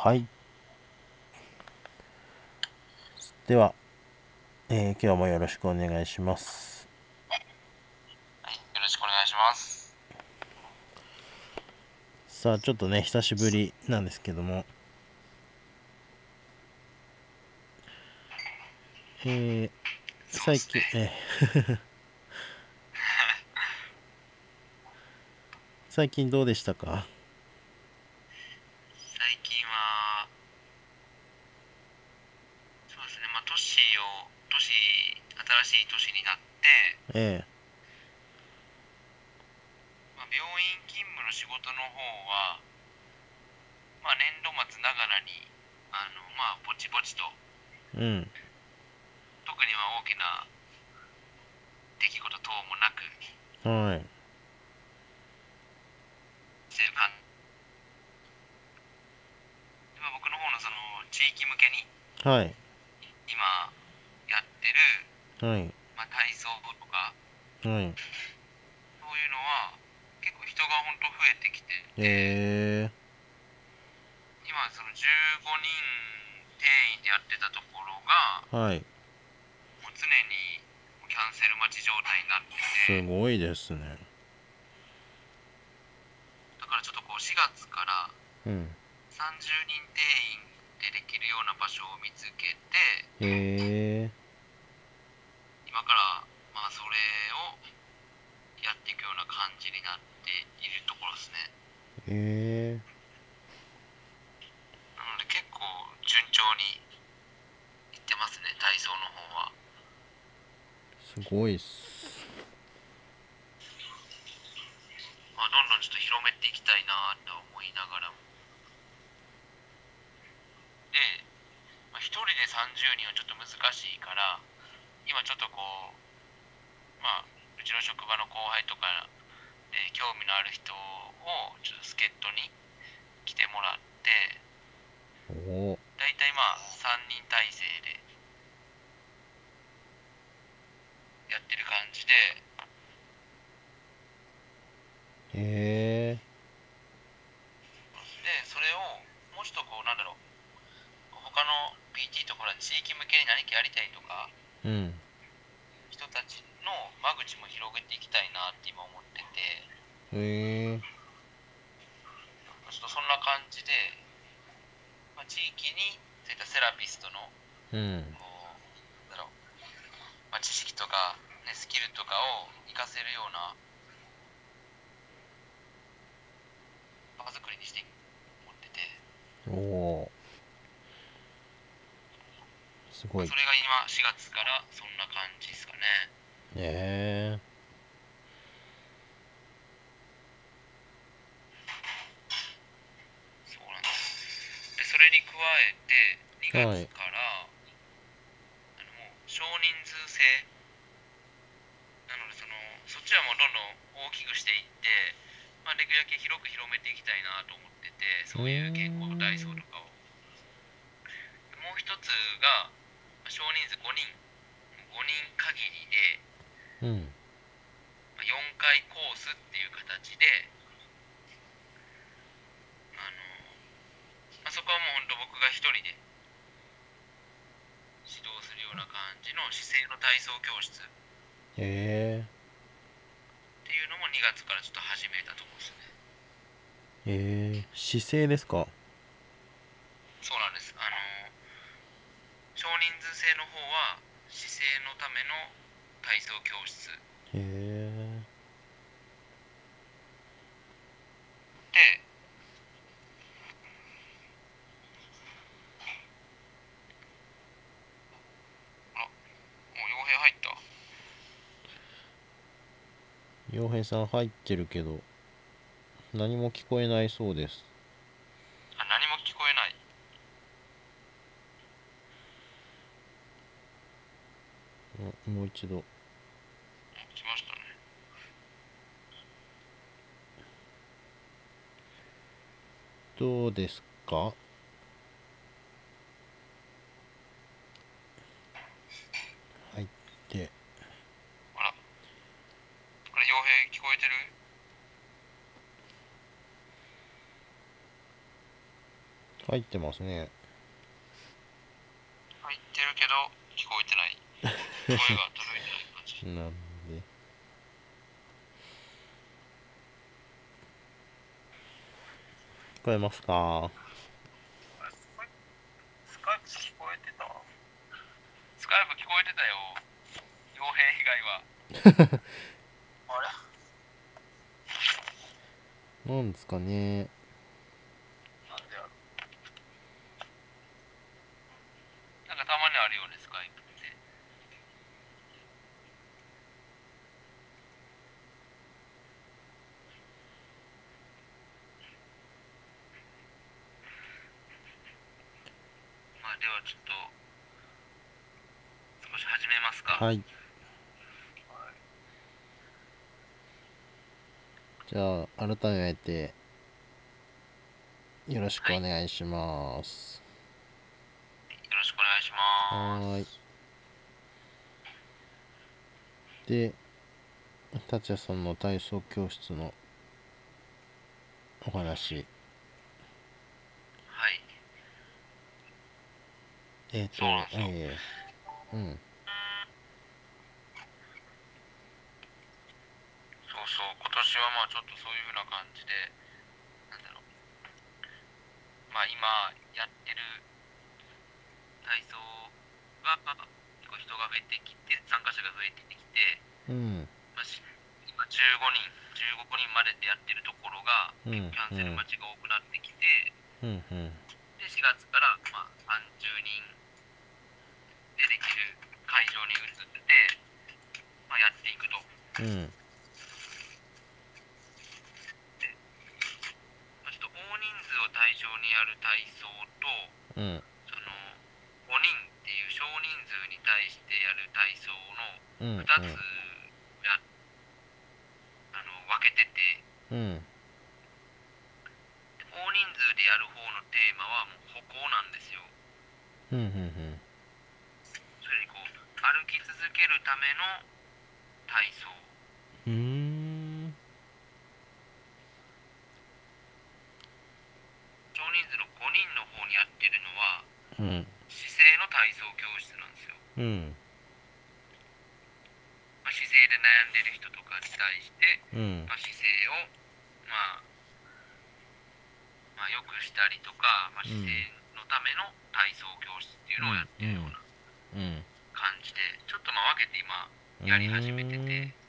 はい。では、今日もよろしくお願いします。 はい、よろしくお願いします。 さあ、ちょっとね、久しぶりなんですけども、 そうですね。 最近、最近どうでしたか？ 最近は、そうですね、新しい年になって、 え病院勤務の仕事の方は、年度末ながらに、ぼちぼちと、 うん。 特には大きな出来事等もなく、 はい。 してる感じ。僕の方の地域向けに、 はい。 今、やってる、 はい。 体操とか、 はい。 そういうのは、結構人が本当増えてきてて、 え今15人定員でやってたところが、 はい。 もう常にキャンセル待ち状態になってて、 すごいですね。 だからちょっと4月からうん。 30人定員でできるような場所を見つけて、 え今からそれをやっていくような感じになっているところですね。 えなので結構順調にいってますね、体操の方は。 すごいっす。 どんどんちょっと広めていきたいなと思いながらも。で、一人で30人はちょっと難しいから、今ちょっとうちの職場の後輩とかで興味のある人をちょっと助っ人に来てもらって、 おだいたい3人体制でやってる感じで、 えそれをもうちょっと他の PT とか地域向けに何かやりたいとか、 うん。 人たちの間口も広げていきたいなって今思ってて、 えちょっとそんな感じで、地域にそういったセラピストの、 うん。 こなんだろ知識とか、ね、スキルとかを活かせるような場作りにしていくと思ってて、 おおすごい。 それが今4月からそんな感じですかね。 えそうなんです。で、それに加えて2 はい。 月からもう少人数制なので、そっちはもうどんどん大きくしていって、できるだけ広く広めていきたいなと思ってて、 うーそういう健康体操ん。 とかを。もう一つが、少人数5人、5人限りで、 うん。 4回コースっていう形で、あのそこはもう本当僕が一人で指導するような感じの姿勢の体操教室っえていうのも2月からちょっと始めたところですね。 姿勢ですか？ そうなんです。少人数制の方は姿勢のための体操教室えで、もう傭兵入った。 洋平さん入ってるけど、何も聞こえないそうです。 何も聞こえない。 もう一度。 来ましたね。 どうですか？入って。 あら、これ傭兵聞こえてる？ 入ってますね。 入ってるけど聞こえてない。声が届いてない感じ。 なんで。聞こえますか？ スカイプ聞こえてた？スカイプ聞こえてたよ。傭兵以外は。あれ？ なんですかね。 なんでやろ。なんかたまにあるよね、スカイプって。まあではちょっと少し始めますか。 はい。じゃあ改めてよろしくお願いします。 よろしくお願いしまはーい。 す。 で、達也さんの体操教室のお話。 はい。 えっ、 そうなんですよ。 うん。 そうそう、今年はまあちょっとそういう風な感じで、なんだろう。まあ今やってる体操が結構人が増えてきて、参加者が増えてきて、 うん。 まあ、今15人まででやってるところがうん。 結構キャンうん。 セル待ちが多くなってきて、 うん。うん。 で4月からまあ30人でできる会場に移って、まあ、やっていくと。 うん。 で、まあ、ちょっと大人数を対象にやる体操と、 うん。 その5人っていう少人数に対してやる体操うん。 の2つや分けてて、 うん。 大人数でやる方のテーマはもう歩行なんですよ。 うん。うん。 それにこう歩き続けるための体操。 うん。 少人数の5人の方にやってるのはうん。 姿勢の体操教室なんですよ。 うん。 まあ、姿勢で悩んでる人とかに対して、 うん。 まあ、姿勢を、まあ、まあ良くしたりとか、まあ、姿勢のための体操教室っていうのをやってるようなうん。 感じで、ちょっとまあ分けて今うやり始めてん。 て、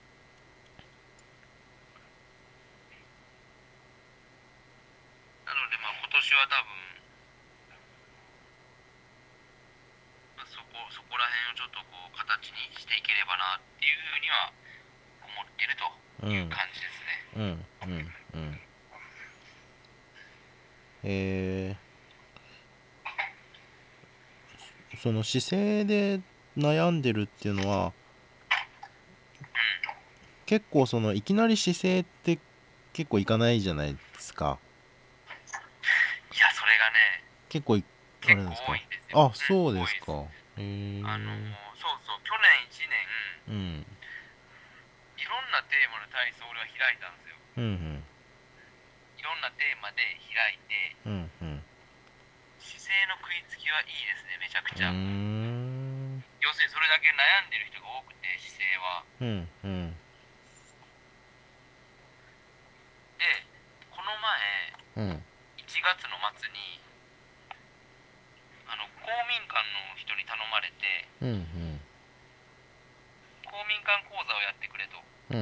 なのでまあ今年は多分、まあ、そこら辺をちょっとこう形にしていければなっていうふうには思ってるといううん。 感じですね。 うん。うん。うん。えその姿勢で悩んでるっていうのは、結構そのいきなり姿勢って結構いかないじゃないですか。 いや、それがね、 結構あれ結構なんですか？ 多いんですよ。 あ、 うん、 そうで多いです。 すか。へえ。 そうそう、去年1年、 うん。 いろんなテーマの体操を俺は開いたんですよ。 うん。 いろんなテーマで開いて、 うん。うん。 姿勢の食いつきはいいですね、めちゃくうーちゃ。 ん。 要するにそれだけ悩んでる人が多くて、姿勢は。 うん。うん。 で、この前、 うん。 1月の末に、公民館の人に頼まれて、 うん。 公民館講座をやってくれと。 うん。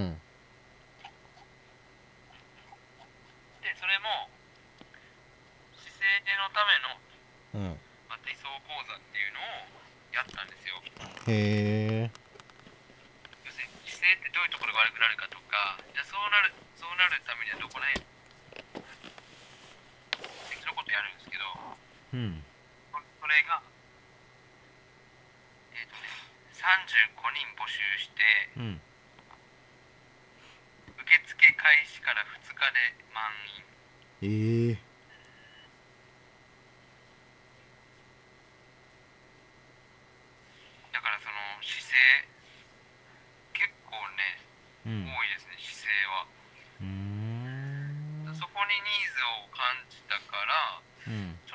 で、それも、姿勢のための、 うん。 まあ、体操講座っていうのをやったんですよ。 へえ。 要するに姿勢ってどういうところが悪くなるかとか、じゃあそうなるためにはどこら辺、そのことやるんですけど、 うん。 それが、35人募集して、 うん。 受付開始から2日で満員。 ええ。 だからその姿勢、結構ね、 うん。 多いですね、姿勢は。 うーん。 そこにニーズを感じたから、 うん。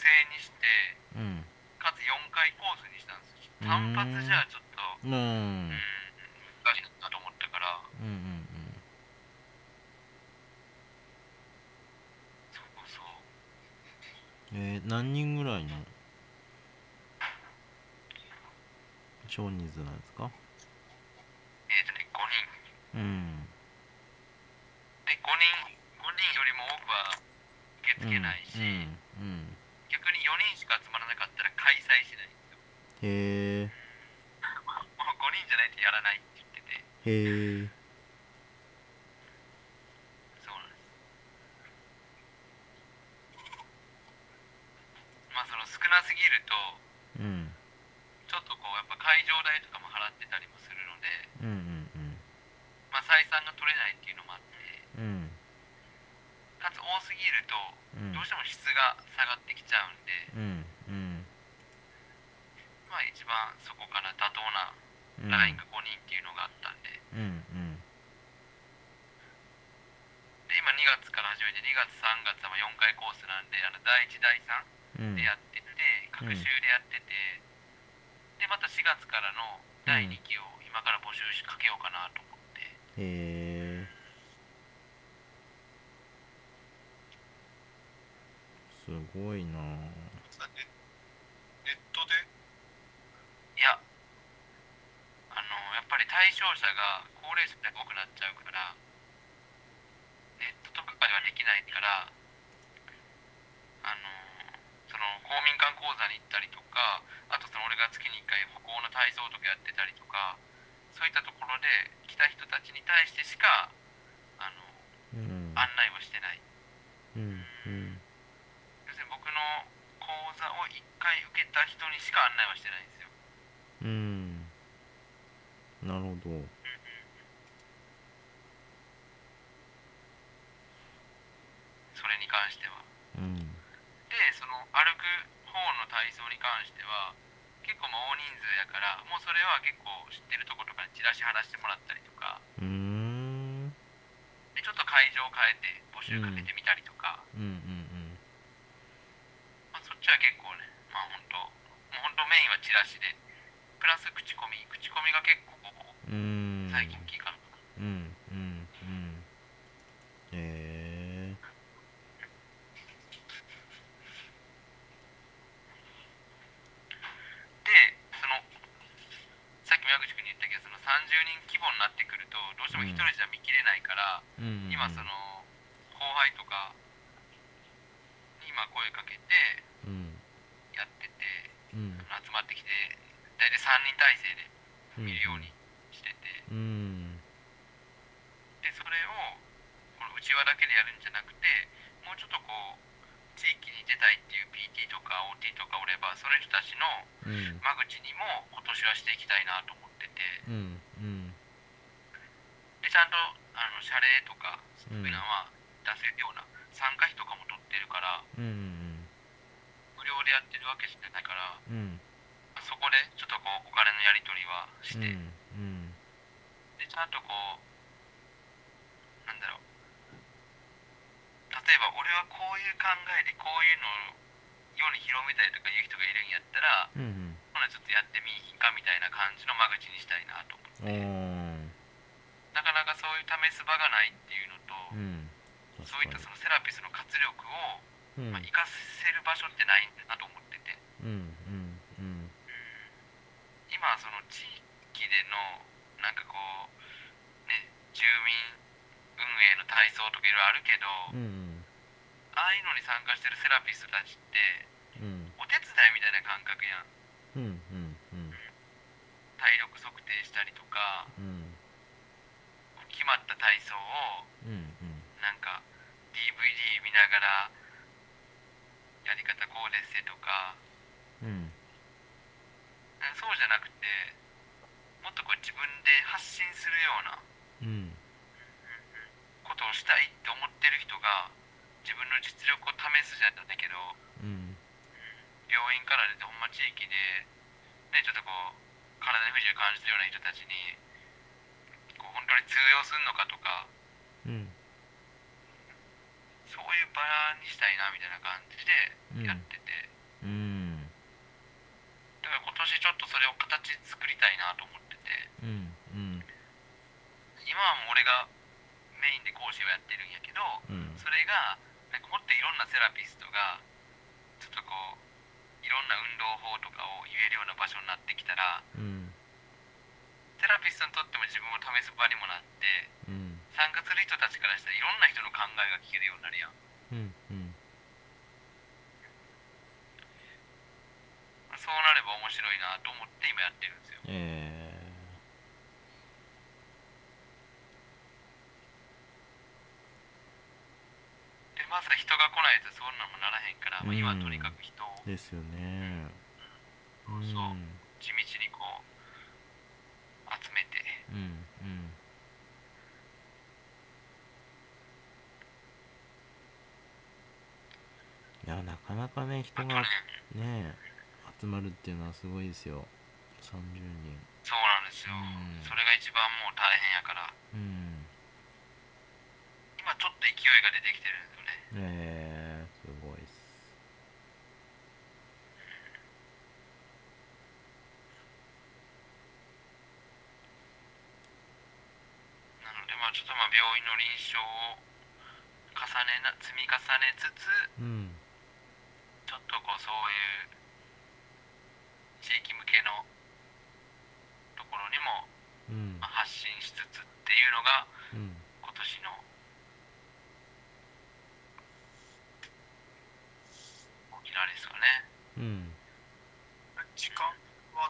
にして、 うん。 かつ4回コースにしたんですよ。 うー単発じん。 ゃちょっと、 うん。 難しいなと思ったから、 うんうんそうそう。 うん。何人ぐらいの少人数なんですか？ 5人。 うん。 で、5人よりも多くは受け付けうん。 ないし、 うん。うん。 逆に4人しか集まらなかったら開催しないんですよ。 へえ。 もう5人じゃないとやらないって言ってて、 へえ。 そうなんです。まあその少なすぎると、 うん。 ちょっとこうやっぱ会場代とかも払ってたりもするので、 うんうんまあ採算が取れないっていうのもあって、 うん。うん。 かつ多すぎると、 うん。 どうしても質が下がってきちゃうんで、 うん。うん。 まあ一番そこから妥当なうん。 ラインが5人っていうのがあったんで、 うん。 で、今2月から始めて2月3月は4回コースなんで、第1第3 うん。 でやってて、各週うん。 でやってて、で、また4月からの第うん。 2期を今から募集しかけようかなと思って、 へえ。すごいな。 ネットでいや、やっぱり対象者が高齢者が多くなっちゃうから、ネットとかではできないから、その公民館講座に行ったりとか、あとその俺が月に1回歩行の体操とかやってたりとか、そういったところで来た人たちに対してしか、あの、 うん。 案内をしてない。 うん。うん。 要するに僕の講座を1回受けた人にしか案内はしてないんですよ。 うん。なるほど。 それに関しては。 うん。 で、その歩く方の体操に関しては、結構もう大人数やから、もうそれは結構知ってるとことかにチラシ貼らせてもらったりとか、 うーん。 で、ちょっと会場を変えて募うん。 集かけてみたりとか、 うん。 まあ、そっちは結構ね、まあ本当メインはチラシで、プラス口コミが結構うん。うん。 最近大きいかな。 うん。うん。うん。へえ。 で、その、さっき宮口君に言ったけど、その30人規模になってくると、どうしても一うん。 人じゃ見切れないから、 うん。うん。 今その、後輩とかに今声かけてうん。 やってて、 うん。 集まってきて、大体3人体制でうん。 見るようにしてて、 うん。 で、それを、この内輪だけでやるんじゃなくて、もうちょっとこう、地域に出たいっていう PT とか OT とかおれば、その人たちのうん。 間口にも今年はしていきたいなと思ってて、 うん。うん。 で、ちゃんと謝礼とか、そういうのうん。 は出せるような、参加費とかも取ってるから、 うん。 無料でやってるわけじゃないから、 うん。 そこでちょっとこう、お金のやり取りはして、 うん。うん。 で、ちゃんとこう、なんだろう、例えば俺はこういう考えでこういうのを世に広めたいとかいう人がいるんやったら、 うん。 ほなちょっとやってみいひんかみたいな感じの間口にしたいなと思っあて、 あ。 なかなかそういう試す場がないっていうのと、 うん。確かに。 そういったそのセラピスの活力を、まあ、 うん。 活かせる場所ってないんだなと思ってて、 うん。うん。うん。 今その地域でのなんかこうね、住民運営の体操とかいろいろあるけど、 うん。 ああいうのに参加してるセラピストたちってうん。 お手伝いみたいな感覚やん。 うん。うん。うん。 体力測定したりとか、 うん。 決まった体操をうん。 なんか DVD 見ながらやり方こうですせとか、 うん。 そうじゃなくて、もっとこう自分で発信するようなうん。 ことをしたいって思ってる人が自分の実力を試すじゃないけど、 うん。 病院から出てほんま地域で、ね、ちょっとこう体に不自由感じてるような人たちにこう本当に通用するのかとか、 うん。 そういう場にしたいなみたいな感じでうん。 やってて、 うんうん今はもう俺がメインで講師をやってるんやけど、 うんそれがなんかもっといろんなセラピストがちょっとこういろんな運動法とかを言えるような場所になってきたら、 うんセラピストにとっても自分を試す場にもなって、 うん参加する人たちからしたらいろんな人の考えが聞けるようになるやん。 うんうんそうなれば面白いなと思って今やってるんですよ。でまずは人が来ないとそんなんもならへんから、今はとにかく人を、 ですよね。 そう地道にこう集めて、 うんうんいや、なかなかね、人が去年ね集まるっていうのはすごいですよ。30人。 そうなんですよ、それが一番もう大変やから、 うん今ちょっと勢いが出てきてるんですよね。 すごいっす。 なのでちょっと病院の臨床を積み重ねつつ、 うんちょっとこうそういう地域向けのところにも、 うん発信しつつっていうのがうん今年の大きなあれですかね。 うん時間は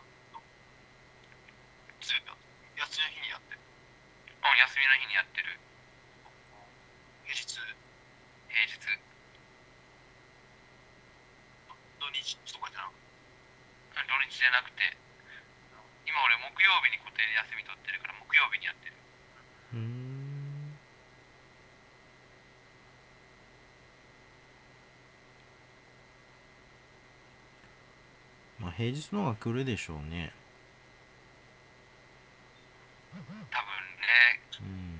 休みの日にやってる。休みの日にやってる。平日土日とかじゃなくて、土日じゃなくて、今俺木曜日に固定で休み取ってるから木曜日にやってる。 うーんまあ平日の方が来るでしょうね。 多分ね、 うん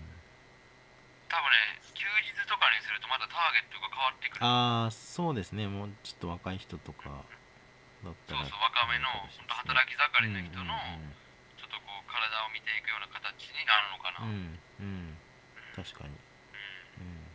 休日とかにするとまたターゲットが変わってくると思う。 ああ、そうですね。もうちょっと若い人とかだったらそうそう、若めのかもしれ本当ないですね。 働き盛りの人のちょっとこう体を見ていくような形になるのかな。 うんうんうん確かに。うん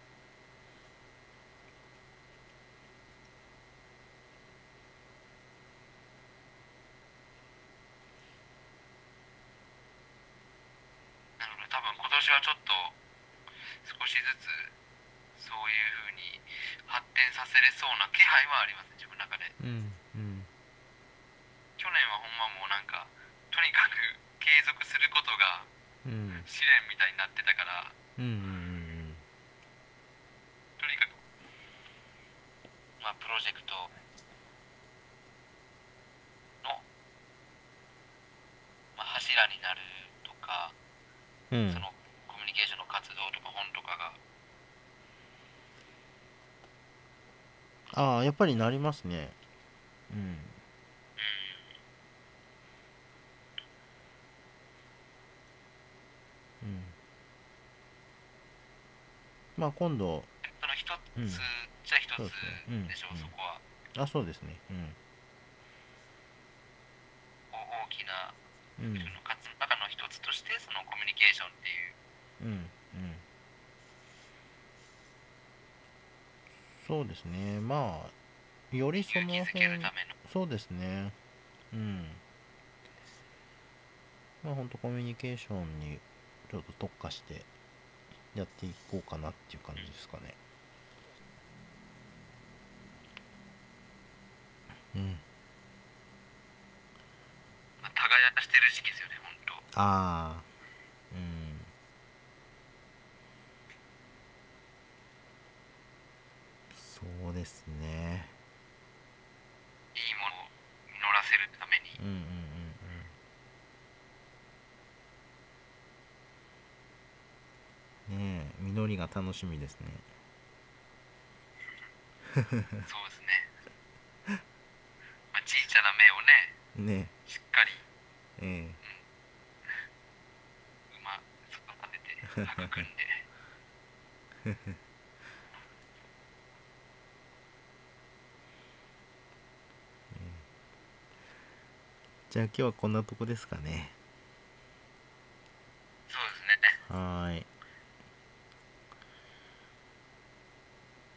なので多分今年はちょっと少しずつそういう風に発展させれそうな気配はありますね、自分の中で。 うんうん去年はほんまもうなんかとにかく継続することがうん試練みたいになってたから、 うんうんとにかくプロジェクトの、柱になるとか、 うんうんそのコミュニケーションの活動とか本とかが、 ああやっぱりなりますね。うんうんまあ今度その一うんつじゃ一つそうですねうんでしょう、そこは。 あそうですね大きなうん自分の活動の中の一つとしてそのコミュニケーションっていううんうんそうですねまあよりそ勇気づけるの辺ための。 そうですねうんまあほんとコミュニケーションにちょっと特化してやっていこうかなっていう感じですかね。うん耕してる時期ですよね、本当。 ああうんそうですねいいものを実らせるために。 うんうんうんうんねえ実りが楽しみですね。 そうですね。ちいちゃな芽をね、 ねしっかり、 ええ育てて、育んで。 じゃあ今日はこんなとこですかね。 はーい。